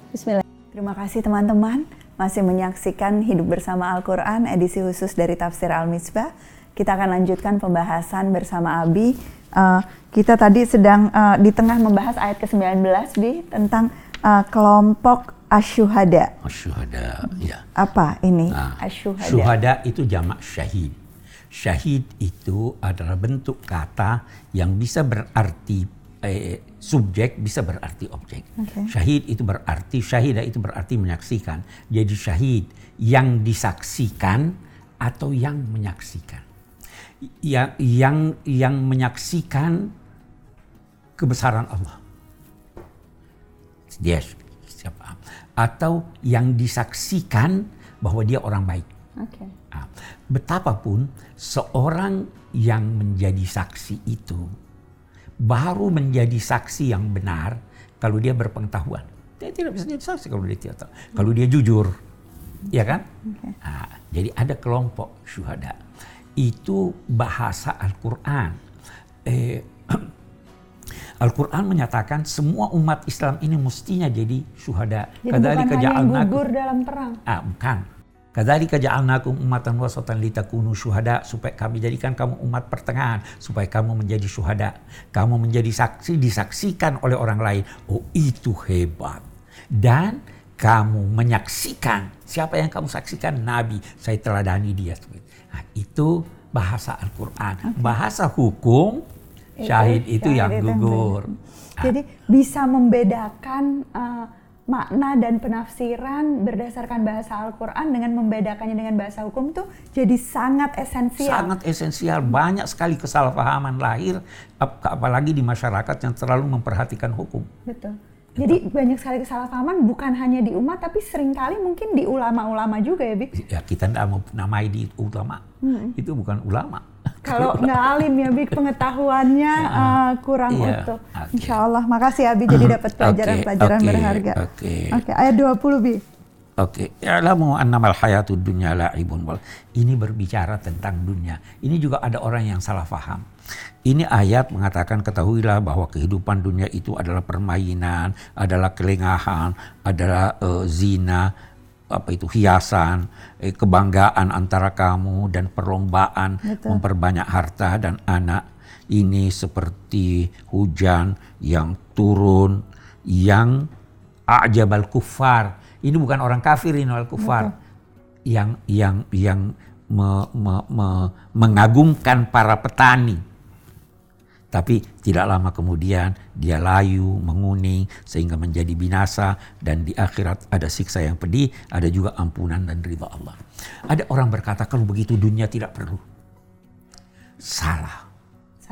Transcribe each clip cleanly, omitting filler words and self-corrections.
Bismillah. Terima kasih teman-teman masih menyaksikan Hidup Bersama Al-Quran edisi khusus dari Tafsir Al-Misbah. Kita akan lanjutkan pembahasan bersama Abi. Kita tadi sedang di tengah membahas ayat ke-19 Bi, tentang kelompok asyuhada. Asyuhada, ya. Apa ini asyuhada? Syuhada itu jamak syahid. Syahid itu adalah bentuk kata yang bisa berarti subjek, bisa berarti objek. Okay. Syahid itu berarti, syahidah itu berarti menyaksikan. Jadi syahid yang disaksikan atau yang menyaksikan. Yang menyaksikan kebesaran Allah. Dia siapa? Atau yang disaksikan bahwa dia orang baik. Okay. Betapapun seorang yang menjadi saksi itu baru menjadi saksi yang benar kalau dia berpengetahuan. Dia tidak bisa jadi saksi kalau dia tidak tahu. Kalau dia jujur, ya kan? Okay. Jadi ada kelompok syuhada. Itu bahasa Al-Quran. Al-Quran menyatakan semua umat Islam ini mestinya jadi syuhada. Jadi bukan hanya yang gugur dalam perang. Bukan. Kadzalika ja'alnakum ummatan wasatan litakunu syuhada, supaya kami jadikan kamu umat pertengahan, supaya kamu menjadi syuhada. Kamu menjadi saksi, disaksikan oleh orang lain. Oh, itu hebat. Dan kamu menyaksikan. Siapa yang kamu saksikan? Nabi. Saya teladani dia. Itu bahasa Al-Quran. Okay. Bahasa hukum, syahid itu yang gugur. Jadi bisa membedakan makna dan penafsiran berdasarkan bahasa Al-Quran dengan membedakannya dengan bahasa hukum tuh jadi sangat esensial. Sangat esensial. Banyak sekali kesalahpahaman lahir, apalagi di masyarakat yang terlalu memperhatikan hukum. Betul. Jadi banyak sekali kesalahpahaman bukan hanya di umat, tapi seringkali mungkin di ulama-ulama juga ya, Bi? Ya, kita tidak mau namai di ulama. Itu bukan ulama. Kalau nggak alim ya, Bi, pengetahuannya kurang utuh. Okay. Insya Allah. Makasih Abi, jadi dapat pelajaran-pelajaran berharga. Oke, ayat 20, Bi. Ya'lamu annamal hayatud dunya la'ibun wal. Ini berbicara tentang dunia. Ini juga ada orang yang salah paham. Ini ayat mengatakan ketahuilah bahwa kehidupan dunia itu adalah permainan, adalah kelengahan, adalah zina, hiasan, kebanggaan antara kamu dan perlombaan. Betul. Memperbanyak harta dan anak. Ini seperti hujan yang turun, yang a'jabal kuffar. Ini bukan orang kafir, ini orang kufar. Yang mengagumkan para petani. Tapi tidak lama kemudian dia layu, menguning sehingga menjadi binasa, dan di akhirat ada siksa yang pedih, ada juga ampunan dan ridha Allah. Ada orang berkata kalau begitu dunia tidak perlu. Salah.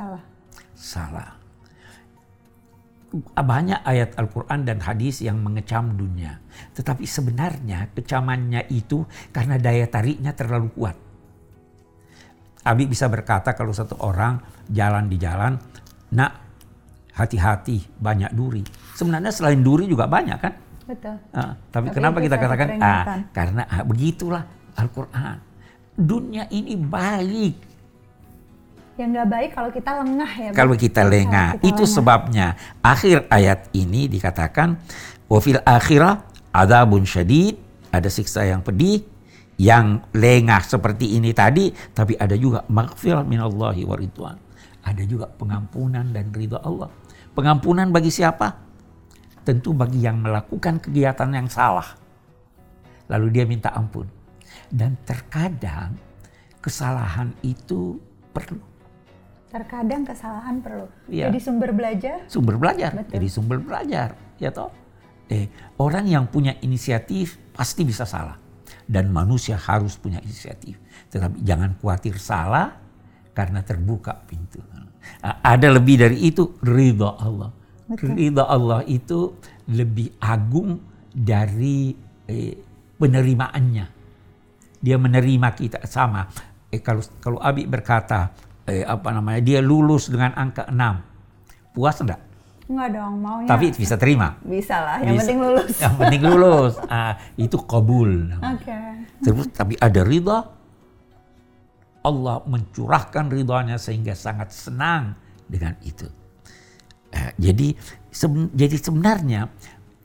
Banyak ayat Al-Quran dan hadis yang mengecam dunia. Tetapi sebenarnya kecamannya itu karena daya tariknya terlalu kuat. Abi bisa berkata kalau satu orang jalan di jalan, nak hati-hati banyak duri. Sebenarnya selain duri juga banyak kan? Betul. Tapi kenapa kita katakan? Karena begitulah Al-Quran. Dunia ini baik. Yang nggak baik kalau kita lengah ya. Kalau kita lengah. Itu sebabnya akhir ayat ini dikatakan wa fil akhirah adzabun syadid, ada siksa yang pedih. Yang lengah seperti ini tadi, tapi ada juga maghfirah minallahi wa ridwan. Ada juga pengampunan dan ridha Allah. Pengampunan bagi siapa? Tentu bagi yang melakukan kegiatan yang salah. Lalu dia minta ampun. Dan terkadang kesalahan itu perlu. Terkadang kesalahan perlu. Ya. Jadi sumber belajar. Betul. Jadi sumber belajar, ya toh. Orang yang punya inisiatif pasti bisa salah. Dan manusia harus punya inisiatif. Tetapi jangan khawatir salah karena terbuka pintu. Ada lebih dari itu, ridha Allah. Betul. Ridha Allah itu lebih agung dari penerimaannya. Dia menerima kita sama. Kalau Abi berkata, dia lulus dengan angka 6. Puas enggak? Enggak dong, maunya. Tapi bisa terima. Bisa lah, yang penting lulus. Yang penting lulus. Itu qabul. Terus tapi ada ridha. Allah mencurahkan ridhanya sehingga sangat senang dengan itu. Jadi sebenarnya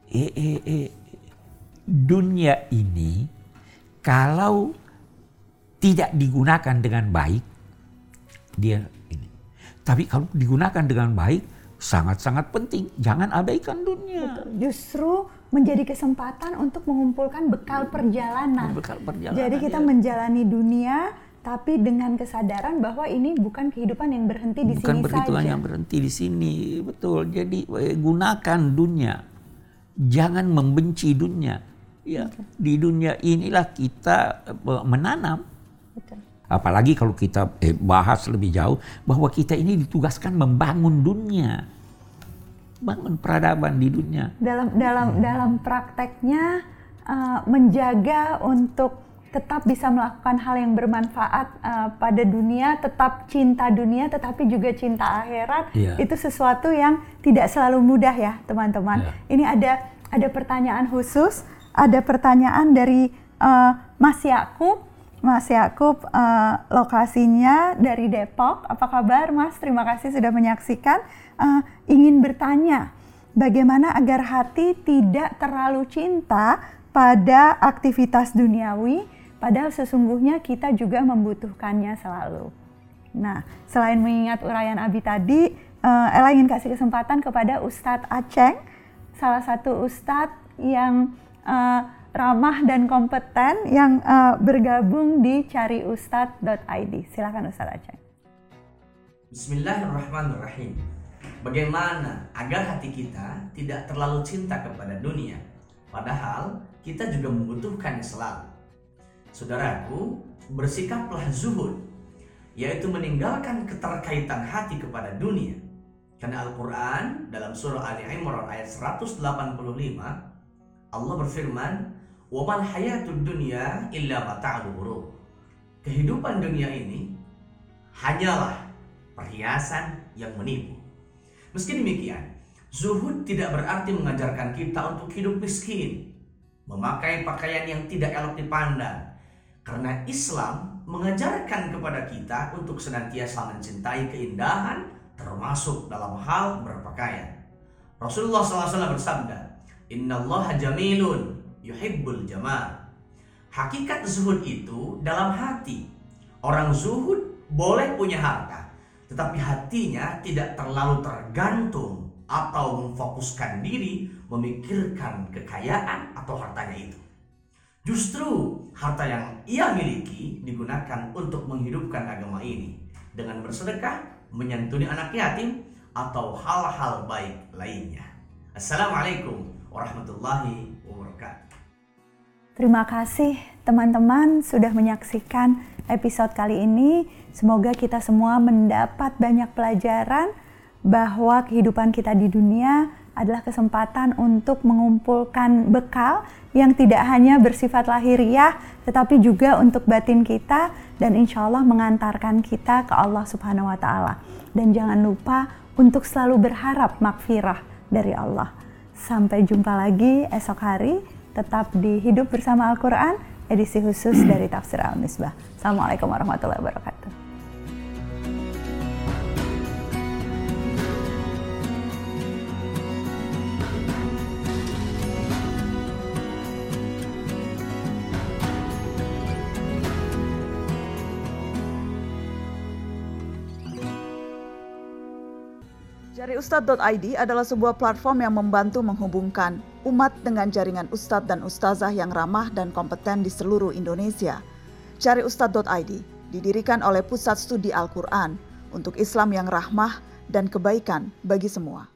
dunia ini kalau tidak digunakan dengan baik, dia ini. Tapi kalau digunakan dengan baik, sangat-sangat penting. Jangan abaikan dunia. Betul. Justru menjadi kesempatan untuk mengumpulkan bekal perjalanan. Jadi kita menjalani dunia, tapi dengan kesadaran bahwa ini bukan kehidupan yang berhenti di sini saja. Bukan kehidupan yang berhenti di sini, betul. Jadi gunakan dunia, jangan membenci dunia. Ya, di dunia inilah kita menanam. Betul. Apalagi kalau kita bahas lebih jauh bahwa kita ini ditugaskan membangun dunia, bangun peradaban di dunia. Dalam prakteknya menjaga untuk tetap bisa melakukan hal yang bermanfaat pada dunia, tetap cinta dunia, tetapi juga cinta akhirat. Itu sesuatu yang tidak selalu mudah ya teman-teman. Ini ada pertanyaan khusus, ada pertanyaan dari Mas Yakub. Mas Yakub lokasinya dari Depok. Apa kabar Mas? Terima kasih sudah menyaksikan. Ingin bertanya, bagaimana agar hati tidak terlalu cinta pada aktivitas duniawi, padahal sesungguhnya kita juga membutuhkannya selalu. Nah, selain mengingat uraian Abi tadi, Ella ingin kasih kesempatan kepada Ustadz Aceng, salah satu Ustadz yang ramah dan kompeten yang bergabung di cariustadz.id. Silakan Ustadz Aceng. Bismillahirrahmanirrahim. Bagaimana agar hati kita tidak terlalu cinta kepada dunia, padahal kita juga membutuhkannya selalu. Saudaraku, bersikaplah zuhud, yaitu meninggalkan keterkaitan hati kepada dunia. Karena Al-Quran dalam surah Ali Imran ayat 185, Allah berfirman, "Wamal hayatud dunya illa mata'ul ghurur." Kehidupan dunia ini hanyalah perhiasan yang menipu. Meski demikian, zuhud tidak berarti mengajarkan kita untuk hidup miskin, memakai pakaian yang tidak elok dipandang. Karena Islam mengajarkan kepada kita untuk senantiasa mencintai keindahan, termasuk dalam hal berpakaian. Rasulullah SAW bersabda, "Innallaha jamilun yuhibbul jamal." Hakikat zuhud itu dalam hati. Orang zuhud boleh punya harta, tetapi hatinya tidak terlalu tergantung atau memfokuskan diri memikirkan kekayaan atau hartanya itu. Justru harta yang ia miliki digunakan untuk menghidupkan agama ini dengan bersedekah, menyantuni anak yatim, atau hal-hal baik lainnya. Assalamualaikum warahmatullahi wabarakatuh. Terima kasih teman-teman sudah menyaksikan episode kali ini. Semoga kita semua mendapat banyak pelajaran bahwa kehidupan kita di dunia adalah kesempatan untuk mengumpulkan bekal yang tidak hanya bersifat lahiriah, tetapi juga untuk batin kita dan insya Allah mengantarkan kita ke Allah Subhanahu wa Ta'ala. Dan jangan lupa untuk selalu berharap maghfirah dari Allah. Sampai jumpa lagi esok hari, tetap di Hidup Bersama Al-Quran, edisi khusus dari Tafsir Al-Misbah. Assalamualaikum warahmatullahi wabarakatuh. Cariustadz.id adalah sebuah platform yang membantu menghubungkan umat dengan jaringan ustadz dan ustazah yang ramah dan kompeten di seluruh Indonesia. Cariustadz.id didirikan oleh Pusat Studi Al-Quran untuk Islam yang rahmah dan kebaikan bagi semua.